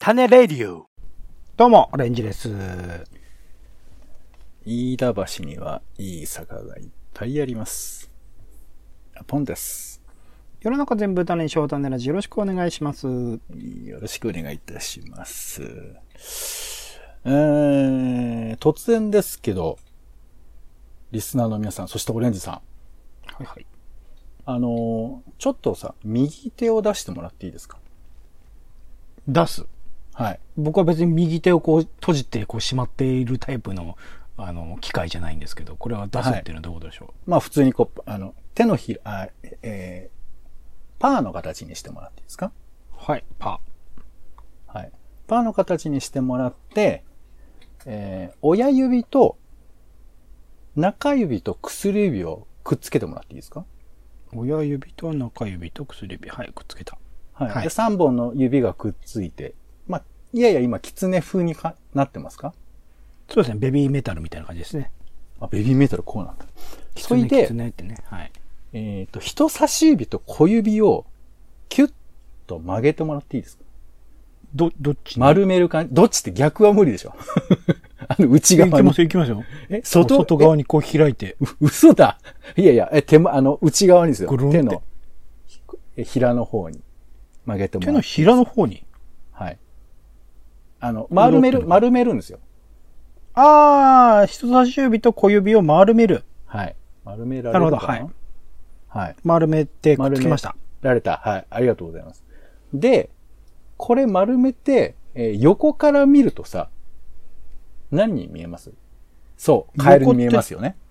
種レディオ。 どうも、オレンジです。 飯田橋にはいい坂がいっぱいあります。ポンです。 世の中全部種にしよう種ラジ、よろしくお願いします。 よろしくお願いいたします。突然ですけど、リスナーの皆さん、そしてオレンジさん。 はいはい。 ちょっとさ、右手を出してもらっていいですか？ 出す。 はい。 僕は別に右手をこう閉じてこうしまっているタイプの機械じゃないんですけど、これは出すっていうのはどういうことでしょう？ まあ普通にこう、手のひら、パーの形にしてもらっていいですか？ はい、パー。はい。パーの形にしてもらって、親指と中指と薬指をくっつけてもらっていいですか？ 親指と中指と薬指、はい、くっつけた。 はい。 はい、 で、3本の指がくっついて、まあ、いやいや今、狐風になってますか？ そうですね、ベビーメタルみたいな感じですね。 あ、ベビーメタルこうなんだ。それで、 狐ってね、はい。 人差し指と小指をキュッと曲げてもらっていいですか？ どっち？ 丸める感じ。どっちって逆は無理でしょ？内側に。 行きますよ。外側にこう開いて。 嘘だ。いやいや、内側にですよ。手のひらの方に曲げてもらって。 手のひらの方に？ はい。丸めるんですよ。 人差し指と小指を丸める。 はい。丸められるかな。 なるほど、はい。 はい。 丸めてくっつきました。 られた。はい。ありがとうございます。で、これ丸めて、横から見るとさ、何に見えます？そう、カエルに見えますよね。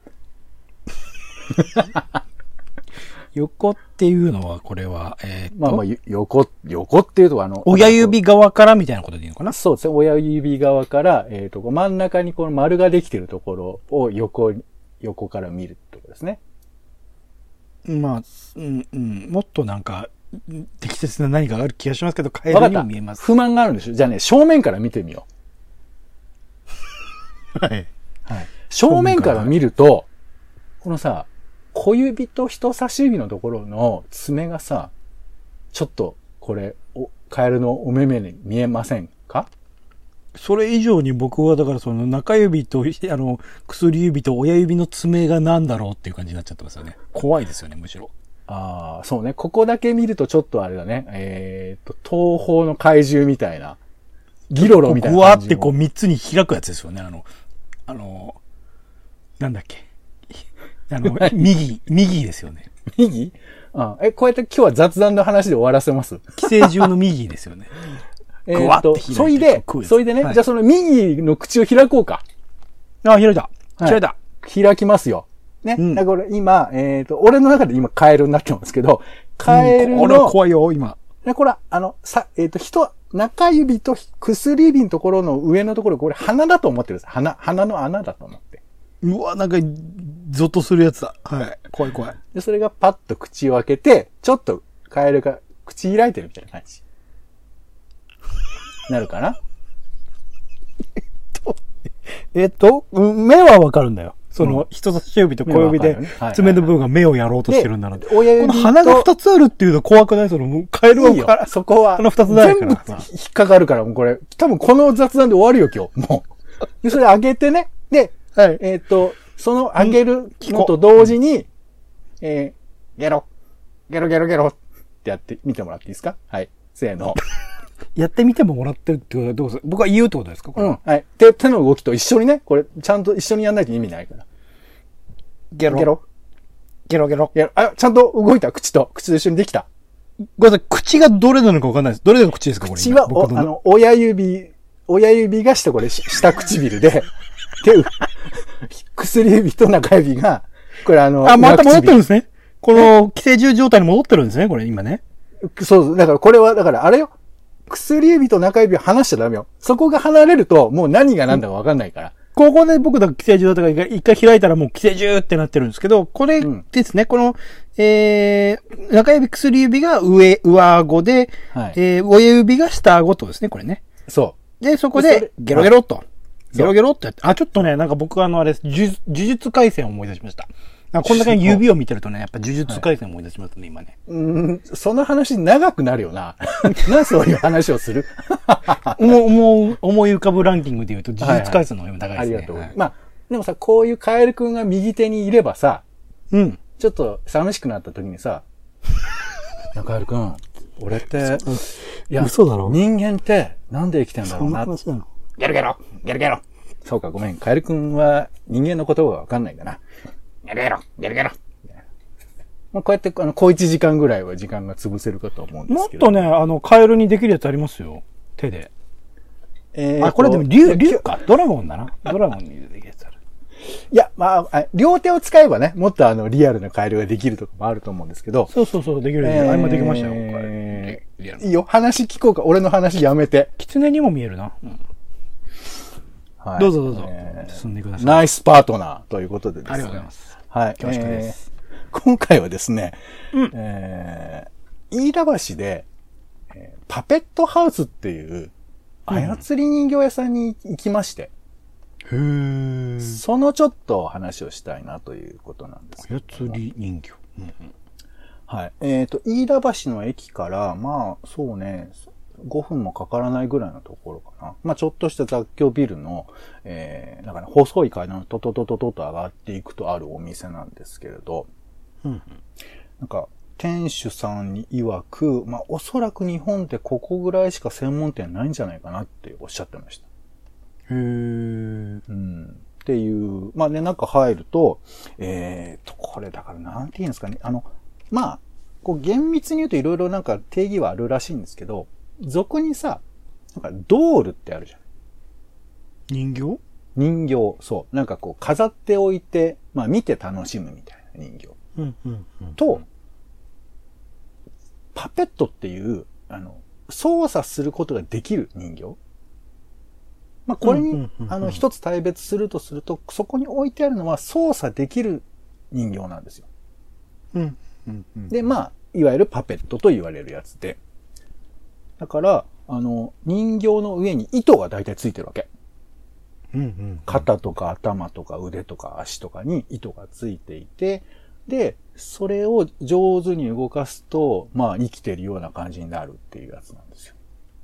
横っていうのは、これは、 まあ、横っていうと、 親指側からみたいなことでいいのかな？ そうですね。親指側から、真ん中にこの丸ができているところを横から見るってことですね。 まあ、もっとなんか、適切な何かがある気がしますけど、カエルにも見えます。 不満があるんでしょ？じゃあね、正面から見てみよう。はい。 はい。正面から見ると、このさ、小指と人差し指のところの爪がさ、ちょっと、これ、カエルのお目目に見えませんか？ それ以上に僕はだからその中指と、薬指と親指の爪が何だろうっていう感じになっちゃってますよね。怖いですよね、むしろ。 ああ、そうね。ここだけ見るとちょっとあれだね。東方の怪獣みたいな。ギロロみたいな感じ。ぐわーってこう3つに開くやつですよね。なんだっけ。右ですよね。 右？こうやって今日は雑談の話で終わらせます？ 寄生獣の右ですよね。ぐわって開いてそれでね、はい、じゃあその右の口を開こうか。 開いた。開いた。 開きますよ。ね。だから今、俺の中で今カエルになってますけど、カエルの、 これは怖いよ、今。 これは、中指と薬指のところの上のところ、これ鼻だと思ってるんです。鼻の穴だと思って。 うわ、なんか、ゾッとするやつだ。はい。怖い。 で、それがパッと口を開けて、ちょっとカエルが口開いてるみたいな感じ。なるかな？ 目はわかるんだよ。その、人差し指と小指で、爪の部分が目をやろうとしてるんだなって。この鼻が2つあるっていうのは怖くない？その、カエルは、 そこは、 この2つないから。 全部引っかかるから、もうこれ、多分この雑談で終わるよ、今日。もう。で、それ上げてね。で、はい、その上げるのと同時に、ゲロってやってみてもらっていいですか？はい。せーの。 やってみてもらってるってことはどうする？僕は言うってことですか？これはい。手の動きと一緒にね、これ、ちゃんと一緒にやんないと意味ないから。ゲロ。ちゃんと動いた、口と一緒にできた。 ごめんなさい、口がどれなのかわかんないです。どれの口ですか？これ。 口は、親指がこれ、下唇で、薬指と中指が、これまた戻ってるんですね。この、寄生獣状態に戻ってるんですね、これ今ね。 そう、だからこれは、あれよ。薬指と中指を離しちゃダメよ。そこが離れると、もう何が何だかわかんないから。 ここで僕だと寄生獣だったから一回開いたらもう寄生獣ってなってるんですけど、これですね、この、中指薬指が上顎で、はい、親指が下顎とですね、これね。 そう。 で、そこで、ゲロゲロってやって、ちょっとね、なんか僕呪術廻戦を思い出しました。 こんだけ指を見てるとね、やっぱ呪術廻戦思い出しますね、今ね。 その話長くなるよな。な、そういう話をする思い浮かぶランキングで言うと、呪術廻戦の方が長いですね。 ありがとう。まあ、でもさ、こういうカエルくんが右手にいればさ、ちょっと寂しくなった時にさ、カエルくん、俺って、 いや、嘘だろ。 人間ってなんで生きてんだろうな。 そんな話なの。 ゲロゲロゲロゲロ。そうか、ごめん。カエルくんは人間の言葉がわかんないんだな。ゲロゲロゲロゲロ。まあ、こうやって、小1時間ぐらいは時間が潰せるかと思うんですけど。 もっとね、カエルにできるやつありますよ。手で。これでも竜か。ドラゴンだな。ドラゴンにできるやつある。 いや、まあ、両手を使えばね、もっとリアルなカエルができるとかもあると思うんですけど。 そう、できる。今できましたよ、 いいよ、話聞こうか。俺の話やめて。 狐にも見えるな。はい。どうぞ。進んでください。 ナイスパートナーということでですね。 ありがとうございます。 はい。 恐縮です。 今回はですね、飯田橋で、パペットハウスっていう、操り人形屋さんに行きまして。そのちょっと話をしたいなということなんですけど。 操り人形。 はい。飯田橋の駅から、まあ、そうね、5分もかからないぐらいのところかな。まあ、ちょっとした雑居ビルの、なんかね、細い階段をトトと上がっていくとあるお店なんですけれど、なんか、店主さんに曰く、まあ、おそらく日本でここぐらいしか専門店ないんじゃないかなっておっしゃってました。っていう、まあね、中入ると、これだからなんて言うんですかね。まあ、こう厳密に言うといろいろなんか定義はあるらしいんですけど、俗にさ、なんかドールってあるじゃん。人形、そう。なんかこう飾っておいて、まあ見て楽しむみたいな人形。と、パペットっていう、操作することができる人形。まあ、これに、一つ大別するとすると、そこに置いてあるのは操作できる人形なんですよ。で、まあ、いわゆるパペットと言われるやつで。だから、人形の上に糸が大体ついてるわけ。肩とか頭とか腕とか足とかに糸がついていて、で、それを上手に動かすと、まあ、生きてるような感じになるっていうやつなんですよ。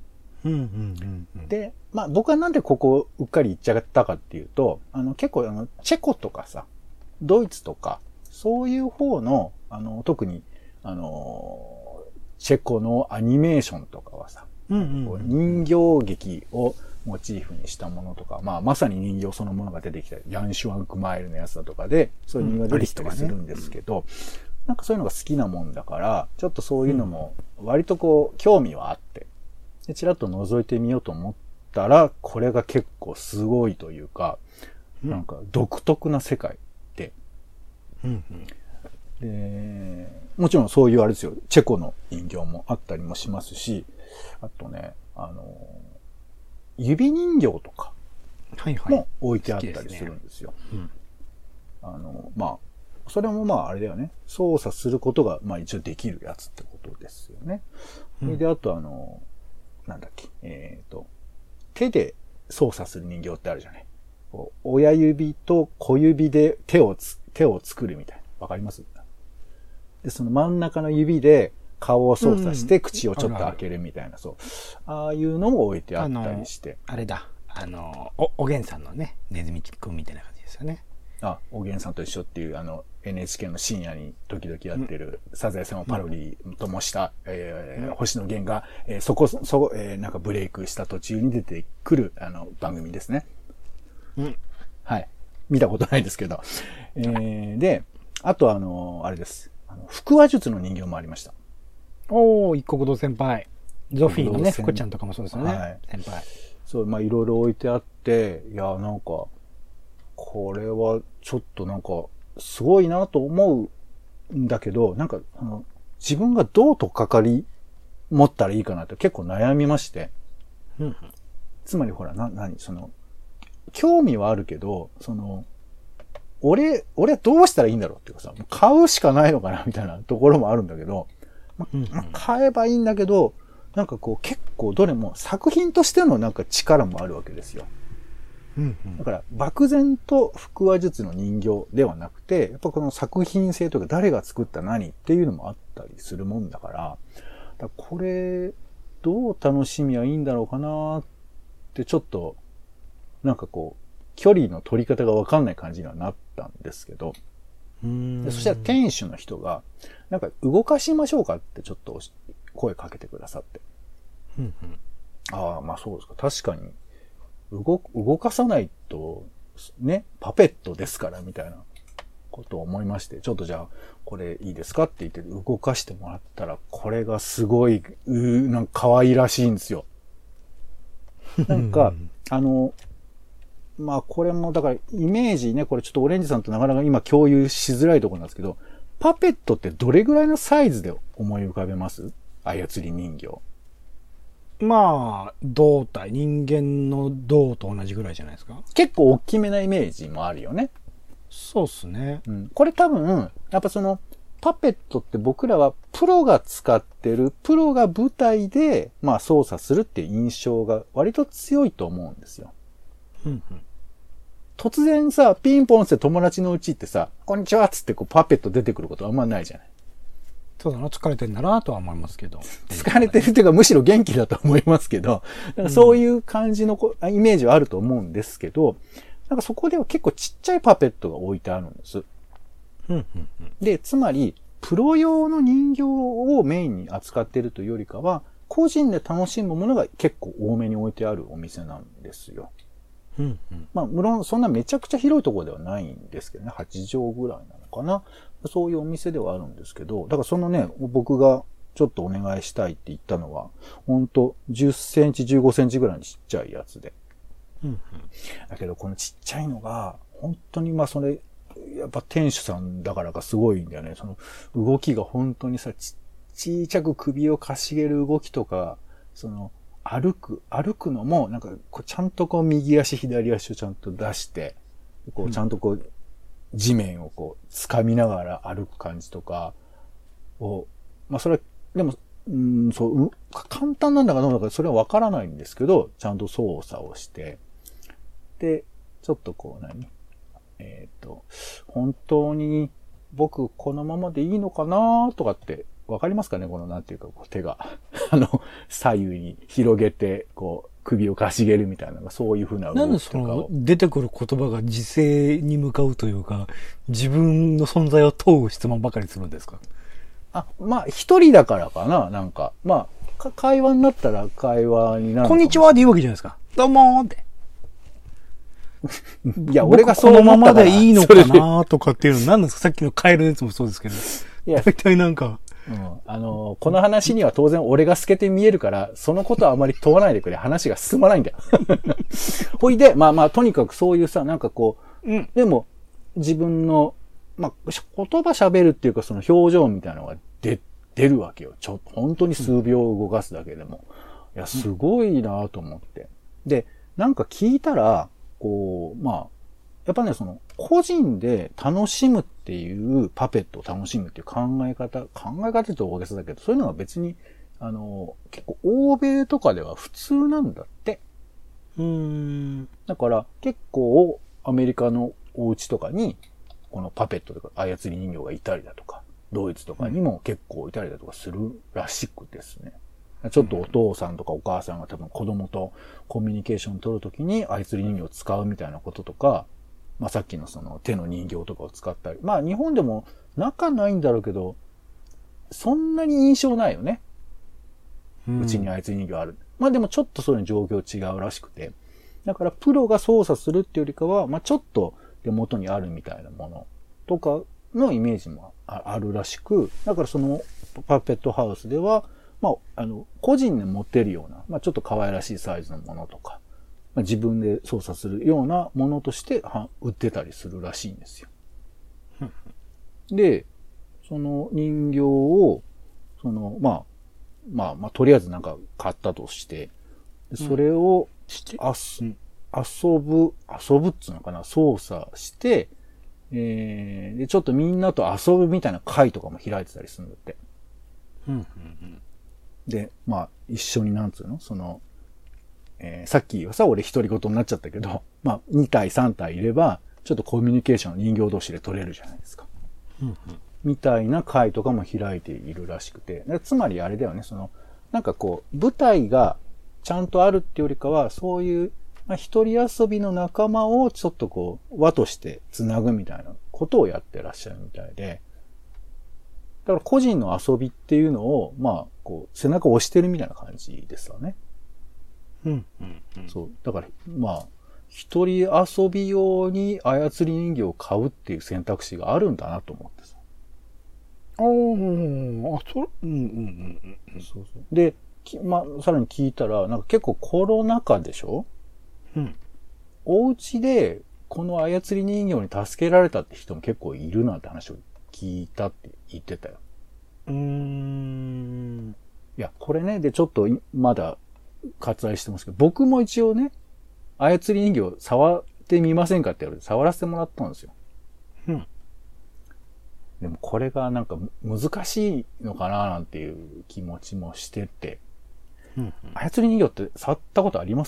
で、まあ僕はなんでここうっかり行っちゃったかっていうと、結構チェコとかさ、ドイツとか、そういう方の、特に、チェコのアニメーションとかはさ、人形劇をモチーフにしたものとか、まあまさに人形そのものが出てきたり、ヤンシュワンクマイルのやつだとかで、そういう人形が出てきたりするんですけど、なんかそういうのが好きなもんだから、ちょっとそういうのも割とこう興味はあって、でちらっと覗いてみようと思ったら、これが結構すごいというか、なんか独特な世界で、で、もちろんそういうあれですよ、チェコの人形もあったりもしますし、あとね、指人形とかも置いてあったりするんですよ。まあ、それもまああれだよね、操作することがまあ一応できるやつってことですよね。で、あとなんだっけ、手で操作する人形ってあるじゃない。親指と小指で手を作るみたいな。わかります？で、その真ん中の指で顔を操作して口をちょっと開けるみたいな、そう。ああいうのも置いてあったりして。 あれだ。おげんさんのね、ネズミくんみたいな感じですよね。 おげんさんと一緒っていう、NHK の深夜に時々やってる、サザエさんをパロディともした、星野源が、なんかブレイクした途中に出てくる、番組ですね。はい。見たことないですけど。で、あとあれです。腹話術の人形もありました。 一国堂先輩。ゾフィーのね、福ちゃんとかもそうですよね。はい。先輩。 そう、まあ、いろいろ置いてあって、いや、なんか、これはちょっとなんか、すごいなと思うんだけど、なんか、自分がどう取っかかり持ったらいいかなって結構悩みまして。つまりほら、興味はあるけど、俺はどうしたらいいんだろうっていうかさ、買うしかないのかなみたいなところもあるんだけど、買えばいいんだけど、なんかこう結構どれも作品としてのなんか力もあるわけですよ。 だから、漠然と腹話術の人形ではなくて、やっぱこの作品性とか誰が作った何っていうのもあったりするもんだから、これ、どう楽しみはいいんだろうかなって、ちょっと、なんかこう、距離の取り方がわかんない感じにはなったんですけど、そしたら店主の人が、なんか動かしましょうかってちょっと声かけてくださって。ああ、まあそうですか。確かに、動かさないと、ね、パペットですからみたいなことを思いまして、ちょっとじゃあ、これいいですかって言って動かしてもらったら、これがすごい、なんか可愛らしいんですよ。なんか、まあこれもだからイメージね、これちょっとオレンジさんとなかなか今共有しづらいところなんですけど、パペットってどれぐらいのサイズで思い浮かべます？操り人形。 まあ、胴体、人間の胴と同じぐらいじゃないですか。 結構大きめなイメージもあるよね。 そうっすね。 これ多分、やっぱその、パペットって僕らはプロが使ってる、プロが舞台で、まあ操作するっていう印象が割と強いと思うんですよ。突然さ、ピンポンって友達のうちってさ、こんにちはっつってこうパペット出てくることあんまないじゃない。 そうだな、疲れてんだなとは思いますけど。 疲れてるっていうかむしろ元気だと思いますけど、そういう感じのイメージはあると思うんですけど、なんかそこでは結構ちっちゃいパペットが置いてあるんです。で、つまり、プロ用の人形をメインに扱っているというよりかは、個人で楽しむものが結構多めに置いてあるお店なんですよ。まあ、無論そんなめちゃくちゃ広いところではないんですけどね、8畳ぐらいなのかな。そういうお店ではあるんですけど、だからそのね、僕がちょっとお願いしたいって言ったのは、ほんと10センチ、15センチぐらいのちっちゃいやつで。だけどこのちっちゃいのが、本当にまあそれ、やっぱ店主さんだからかすごいんだよね。その動きが本当にさ、ちっちゃく首をかしげる動きとか、その歩くのも、なんかこうちゃんとこう右足左足をちゃんと出して、こうちゃんとこう地面をこう掴みながら歩く感じとかを、まあそれは、でも、簡単なんだかどうだかそれはわからないんですけど、ちゃんと操作をして、で、ちょっとこう本当に僕このままでいいのかなとかってわかりますかね？このなんていうかこう手が左右に広げてこう首をかしげるみたいなそういう風な動きとかを。 なんでその出てくる言葉が時勢に向かうというか自分の存在を問う質問ばかりするんですか？ まあ一人だからかな。なんかまあ会話になったら会話になる。 こんにちはで言うわけじゃないですか。どうもーって。 いや、俺がそのままでいいのかなとかっていうの何ですか？さっきのカエルのやつもそうですけど。いや、大体なんか。 この話には当然俺が透けて見えるから、そのことはあまり問わないでくれ。話が進まないんだよ。ほいで、まあ、とにかくそういうさ、なんかこう、でも、自分の、まあ、言葉喋るっていうかその表情みたいなのが出るわけよ。本当に数秒動かすだけでも。いや、すごいなと思って。で、なんか聞いたら、こう、まあ、やっぱね、その、個人で楽しむっていう、パペットを楽しむっていう考え方って言うと大げさだけど、そういうのが別に、結構欧米とかでは普通なんだって。だから、結構アメリカのお家とかに、このパペットとか操り人形がいたりだとか、ドイツとかにも結構いたりだとかするらしくですね。ちょっとお父さんとかお母さんが多分子供とコミュニケーションを取るときに操り人形を使うみたいなこととか、まあさっきのその手の人形とかを使ったり。まあ日本でも仲ないんだろうけど、そんなに印象ないよね。うちに操り人形ある。まあでもちょっとそれ状況違うらしくて。だからプロが操作するっていうよりかは、まあちょっと手元にあるみたいなものとかのイメージもあるらしく、だからそのパペットハウスでは、まあ、個人で持てるような、まあ、ちょっと可愛らしいサイズのものとか、まあ、自分で操作するようなものとして売ってたりするらしいんですよ。で、その人形を、まあ、とりあえずなんか買ったとして、それを遊ぶっつうのかな、操作して、で、ちょっとみんなと遊ぶみたいな会とかも開いてたりするんだって。で、まあ、一緒になんつうのさっきはさ、俺独り言になっちゃったけど、まあ、2体3体いれば、ちょっとコミュニケーション人形同士で取れるじゃないですか。 うんうん、 みたいな会とかも開いているらしくて。つまりあれだよね、なんかこう、舞台がちゃんとあるってよりかは、そういう、まあ、一人遊びの仲間をちょっとこう、輪として繋ぐみたいなことをやってらっしゃるみたいで、だから個人の遊びっていうのを、まあ、こう、背中を押してるみたいな感じですよね。 うんうんうん、 そう。だから、まあ、一人遊び用に操り人形を買うっていう選択肢があるんだなと思ってさ。 ああ、うんうん。 そうそう。で、まあ、さらに聞いたら、なんか結構コロナ禍でしょ？ うん。 お家で、この操り人形に助けられたって人も結構いるなんて話を聞いたって言ってたよ。いや、これね、で、ちょっとまだ割愛してますけど、僕も一応ね、操り人形触ってみませんかって言われて触らせてもらったんですよ。 うん。 でもこれがなんか難しいのかななんていう気持ちもしてて。 うんうん、 操り人形って触ったことあります？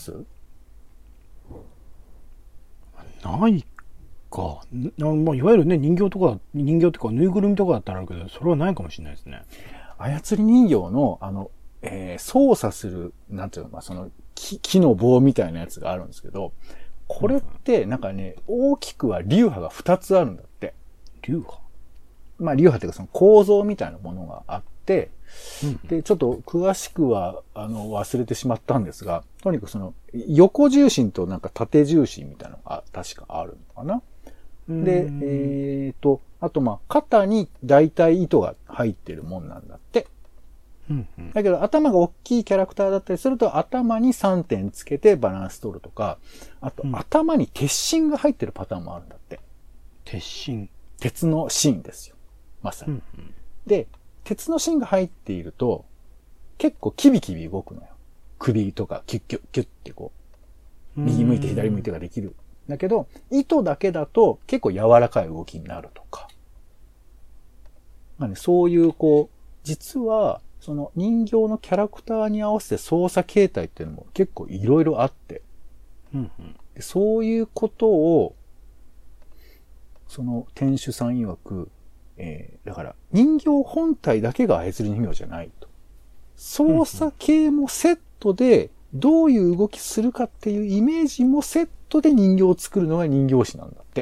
ないか。まあ、いわゆるね、人形っていうか、ぬいぐるみとかだったらあるけど、それはないかもしれないですね。 操り人形の、操作する、なんていうの、まあ、木の棒みたいなやつがあるんですけど、これって、なんかね、大きくは流派が2つあるんだって。 流派？ まあ、流派っていうかその構造みたいなものがあって、で、ちょっと詳しくは、忘れてしまったんですが、とにかく横重心となんか縦重心みたいなのが確かあるのかな。で、あとまあ、肩に大体糸が入ってるもんなんだって。だけど頭が大きいキャラクターだったりすると頭に3点つけてバランス取るとか、あと頭に鉄芯が入ってるパターンもあるんだって。 鉄芯？ 鉄の芯ですよ。まさに。で、鉄の芯が入っていると結構キビキビ動くのよ。首とかキュッキュッキュッってこう、右向いて左向いてができる。だけど、糸だけだと結構柔らかい動きになるとか。まあね、そういうこう、実は、その人形のキャラクターに合わせて操作形態っていうのも結構いろいろあって、でそういうことを、その店主さん曰く、だから人形本体だけが操り人形じゃないと。操作系もセットでどういう動きするかっていうイメージもセットで人形を作るのが人形師なんだって。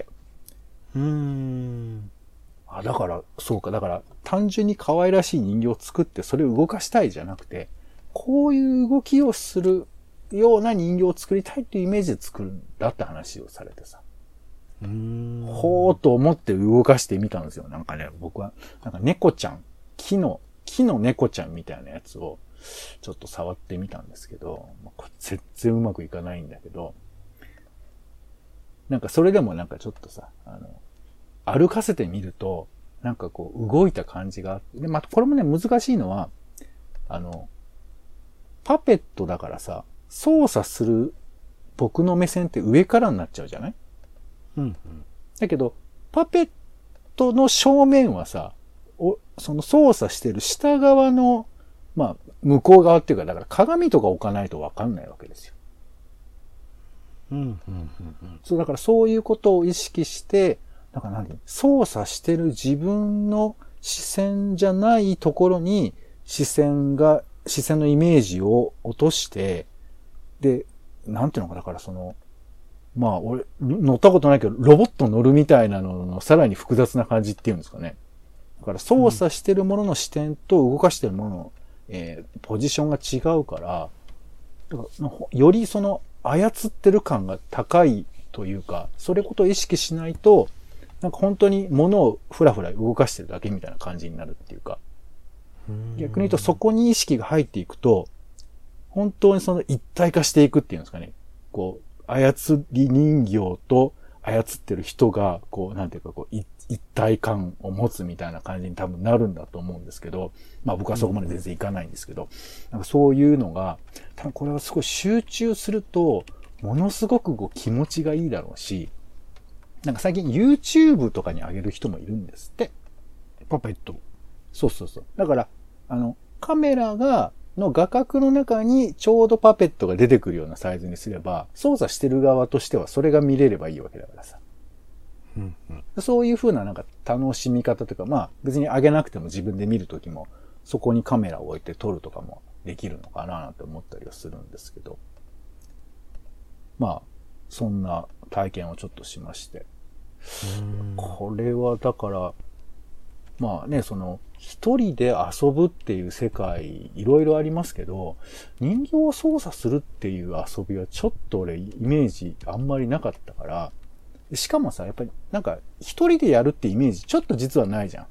だから、そうか。だから、単純に可愛らしい人形を作ってそれを動かしたいじゃなくて、こういう動きをするような人形を作りたいっていうイメージで作るんだって話をされてさ。ほーと思って動かしてみたんですよ。なんかね、僕は、なんか猫ちゃん、木の猫ちゃんみたいなやつをちょっと触ってみたんですけど、これ全然うまくいかないんだけど、なんかそれでもなんかちょっとさ、歩かせてみると、なんかこう動いた感じがあって、で、またこれもね、難しいのは、パペットだからさ、操作する僕の目線って上からになっちゃうじゃない？だけど、パペットの正面はさ、その操作してる下側の、まあ、向こう側っていうか、だから鏡とか置かないとわかんないわけですよ。そう、だからそういうことを意識して、だから操作してる自分の視線じゃないところに視線のイメージを落として、で、なんていうのか、だからまあ、俺、乗ったことないけど、ロボット乗るみたいなののさらに複雑な感じっていうんですかね。だから操作してるものの視点と動かしてるものの、ポジションが違うから、だからより操ってる感が高いというか、それことを意識しないと、なんか本当に物をふらふら動かしてるだけみたいな感じになるっていうか、逆に言うとそこに意識が入っていくと、本当に一体化していくっていうんですかね。こう、操り人形と操ってる人が、こう、なんていうか、こう、一体感を持つみたいな感じに多分なるんだと思うんですけど、まあ僕はそこまで全然いかないんですけど、なんかそういうのが、多分これはすごい集中すると、ものすごくこう気持ちがいいだろうし、なんか最近 YouTube とかに上げる人もいるんですって。 パペット。 そう。だから、カメラがの画角の中にちょうどパペットが出てくるようなサイズにすれば、操作してる側としてはそれが見れればいいわけだからさ。 うんうん、 そういう風ななんか楽しみ方というか、まあ別に上げなくても自分で見るときも、そこにカメラを置いて撮るとかもできるのかななんて思ったりはするんですけど。まあ、そんな体験をちょっとしまして。これはだから、まあね、その、一人で遊ぶっていう世界、いろいろありますけど、人形を操作するっていう遊びはちょっと俺、イメージあんまりなかったから、しかもさ、やっぱりなんか、一人でやるってイメージ、ちょっと実はないじゃん。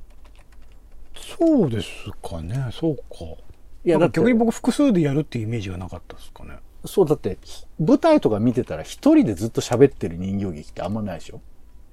そうですかね、そうか。いや、だって逆に僕複数でやるっていうイメージがなかったですかね。 そう、だって、舞台とか見てたら一人でずっと喋ってる人形劇ってあんまないでしょ？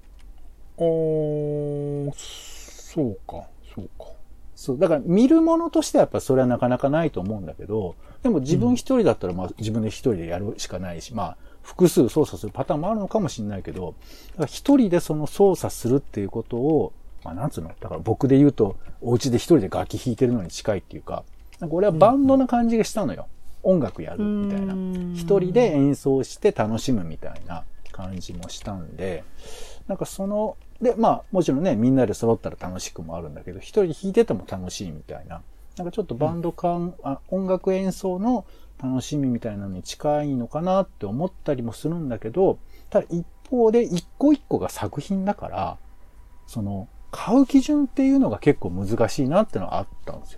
そうか、そうか。 そう、だから見るものとしてはやっぱそれはなかなかないと思うんだけど、でも自分一人だったらまあ自分で一人でやるしかないし、まあ複数操作するパターンもあるのかもしれないけど、だから一人でその操作するっていうことを、まあなんつうの、だから僕で言うとお家で一人で楽器弾いてるのに近いっていうか、なんか俺はバンドな感じがしたのよ。音楽やるみたいな。一人で演奏して楽しむみたいな感じもしたんで、なんかその、で、まあもちろんね、みんなで揃ったら楽しくもあるんだけど、一人で弾いてても楽しいみたいな。なんかちょっとバンド感、音楽演奏の楽しみみたいなのに近いのかなって思ったりもするんだけど、ただ一方で一個一個が作品だから、その、買う基準っていうのが結構難しいなってのはあったんですよ。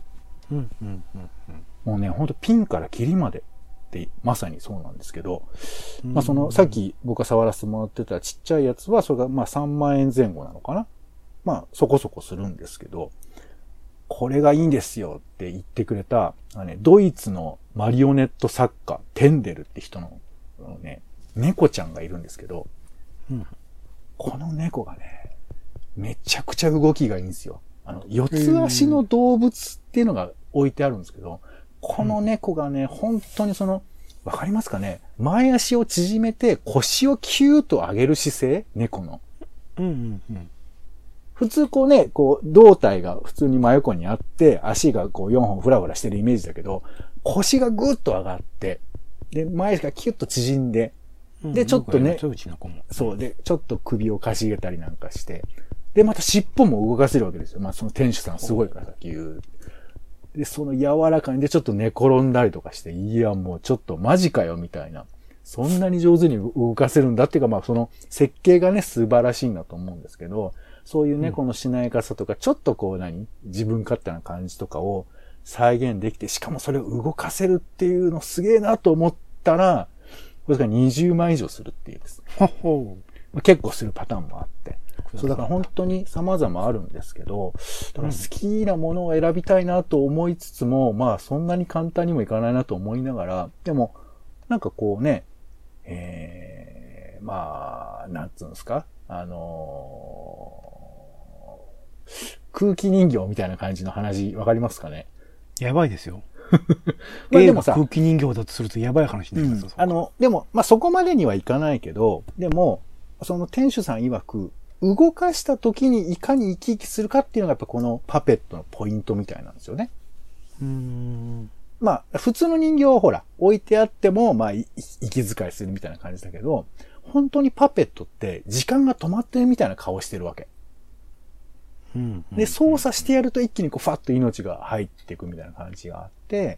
もうね、ほんとピンからキリまでってまさにそうなんですけど、まあそのさっき僕が触らせてもらってたちっちゃいやつはそれがまあ3万円前後なのかな。まあそこそこするんですけど、これがいいんですよって言ってくれた、ドイツのマリオネット作家、テンデルって人のね、猫ちゃんがいるんですけど、この猫がね、めちゃくちゃ動きがいいんですよ。四つ足の動物っていうのが置いてあるんですけど、この猫がね、本当にその、わかりますかね？前足を縮めて腰をキューッと上げる姿勢？猫の。普通こうね、こう胴体が普通に真横にあって、足がこう4本フラフラしてるイメージだけど、腰がぐーっと上がって、で、前足がキュッと縮んで、で、ちょっとね、そう、で、ちょっと首をかしげたりなんかして、で、また尻尾も動かせるわけですよ。まあその店主さんすごいからさっき言う。で、その柔らかにでちょっと寝転んだりとかして、いやもうちょっとマジかよみたいな。そんなに上手に動かせるんだっていうか、まあその設計がね、素晴らしいんだと思うんですけど、そういう猫のしなやかさとか、ちょっとこう自分勝手な感じとかを再現できて、しかもそれを動かせるっていうのすげえなと思ったら、これが20万以上するっていうですね。結構するパターンもあって。そうだから本当に様々あるんですけど、だから好きなものを選びたいなと思いつつも、まあそんなに簡単にもいかないなと思いながら、でもなんかこうね、まあ、なんつうんですか、空気人形みたいな感じの話、わかりますかね？ やばいですよ。 まあでもさ、 空気人形だとするとやばい話になりますよ。 でも、まあそこまでにはいかないけど、でも、その店主さん曰く、動かした時にいかに生き生きするかっていうのがやっぱこのパペットのポイントみたいなんですよね。まあ、普通の人形はほら、置いてあっても、まあ、息遣いするみたいな感じだけど、本当にパペットって時間が止まってるみたいな顔してるわけ。で、操作してやると一気にこう、ファッと命が入っていくみたいな感じがあって、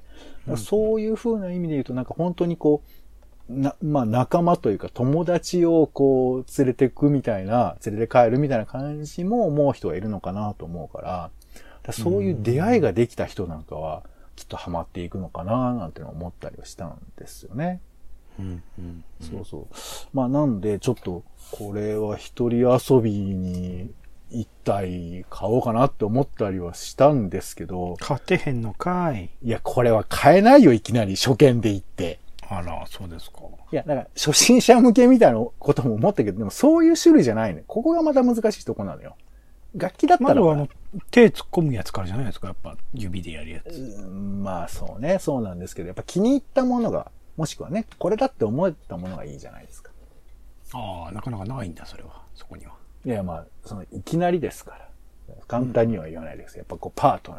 そういう風な意味で言うとなんか本当にこう、まあ仲間というか友達をこう連れてくみたいな、連れて帰るみたいな感じも思う人がいるのかなと思うから、そういう出会いができた人なんかはきっとハマっていくのかななんての思ったりはしたんですよね。そうそう。まあなんでちょっとこれは一人遊びに一体買おうかなって思ったりはしたんですけど。 買ってへんのかい。 いや、これは買えないよ、いきなり初見で行って。 あら、そうですか。 いや、だから、初心者向けみたいなことも思ったけど、でもそういう種類じゃないね。ここがまた難しいとこなのよ。楽器だったら。 まず手突っ込むやつからじゃないですか、やっぱ、指でやるやつ。 まあそうね、そうなんですけど、やっぱ気に入ったものが、もしくはね、これだって思えたものがいいじゃないですか。 ああ、なかなかないんだ、それは。そこには。 いや、まあ、いきなりですから。簡単には言わないです。やっぱこう、パートナーなん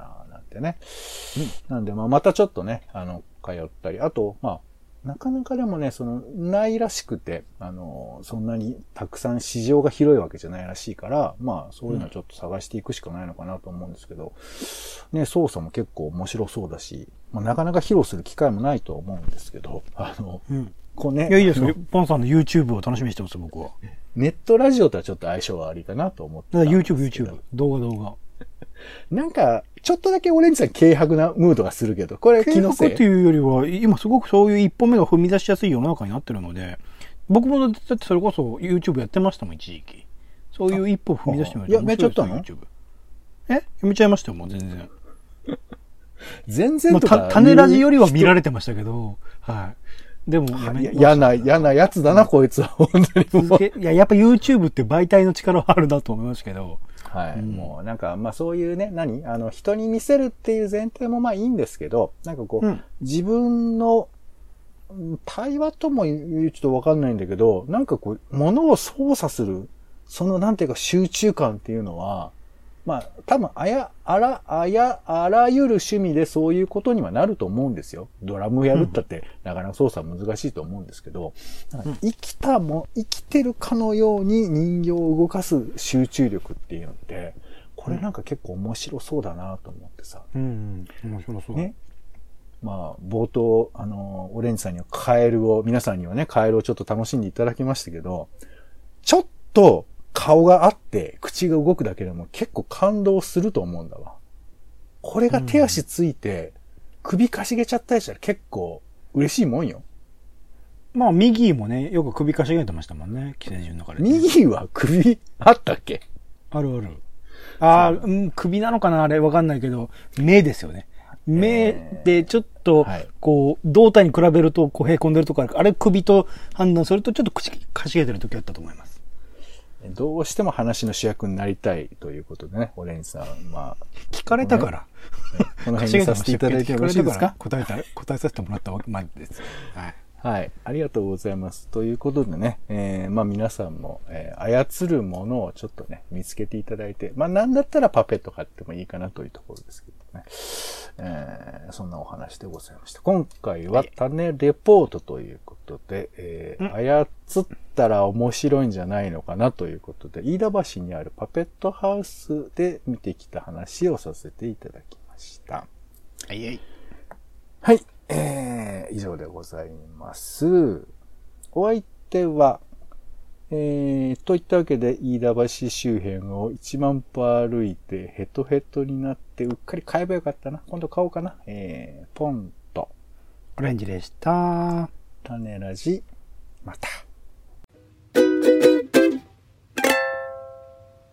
でね。なんで、またちょっとね、通ったり、あと、なかなかでもね、ないらしくて、そんなにたくさん市場が広いわけじゃないらしいから、そういうのはちょっと探していくしかないのかなと思うんですけど、ね、操作も結構面白そうだし、なかなか披露する機会もないと思うんですけど、こうね。 いや、いいですよ。ポンさんの YouTube を楽しみにしてます、僕は。 ネットラジオとはちょっと相性悪いかなと思ってたんですけど。 YouTube。動画。 なんか、ちょっとだけオレンジさん軽薄なムードがするけど、これ気のせい。 軽薄っていうよりは、今すごくそういう一歩目が踏み出しやすい世の中になってるので、僕もだってそれこそ YouTube やってましたもん、一時期。そういう一歩踏み出してみると。 やめちゃったの YouTube。やめちゃいましたよ、もう全然。 全然とか。 種ラジよりは見られてましたけど、はい。でも嫌なやつだな、こいつは。本当にもう。 いや、やっぱ YouTube って媒体の力はあるなと思いますけど。 はい。もうなんか、そういうね、人に見せるっていう前提もいいんですけど、なんかこう、自分の対話とも言うちょっとわかんないんだけど、なんかこう、物を操作する、なんていうか集中感っていうのは、多分、あらゆる趣味でそういうことにはなると思うんですよ。ドラムやるったって、なかなか操作難しいと思うんですけど、生きてるかのように人形を動かす集中力っていうのって、これなんか結構面白そうだなと思ってさ。 面白そう。 ね。冒頭、オレンジさんには皆さんにはね、カエルをちょっと楽しんでいただきましたけど、ちょっと、顔があって口が動くだけでも結構感動すると思うんだわ。これが手足ついて首かしげちゃったりしたら結構嬉しいもんよ。 ミギーもね、よく首かしげてましたもんね、寄生獣の中で、 ね。ミギーは首あったっけ？ あるある。首なのかなあれわかんないけど、目ですよね。目でちょっと、こう、胴体に比べるとこう凹んでるとこあれ首と判断するとちょっと口かしげてる時あったと思います。 どうしても話の主役になりたいということでね、オレンジさん、 聞かれたから。 この辺にさせていただいてよろしいですか？ 答えさせてもらったわけです。はい。 はい。ありがとうございます。ということでね、皆さんも、操るものをちょっとね、見つけていただいて、なんだったらパペット買ってもいいかなというところですけどね。そんなお話でございました。今回は種レポートということで、操ったら面白いんじゃないのかなということで、飯田橋にあるパペットハウスで見てきた話をさせていただきました。 はい。 はい。以上でございます。お相手は、といったわけで、飯田橋周辺を1万歩歩いて、ヘトヘトになって、うっかり買えばよかったな。今度買おうかな。ポンと。 オレンジでした。 種ラジ、また。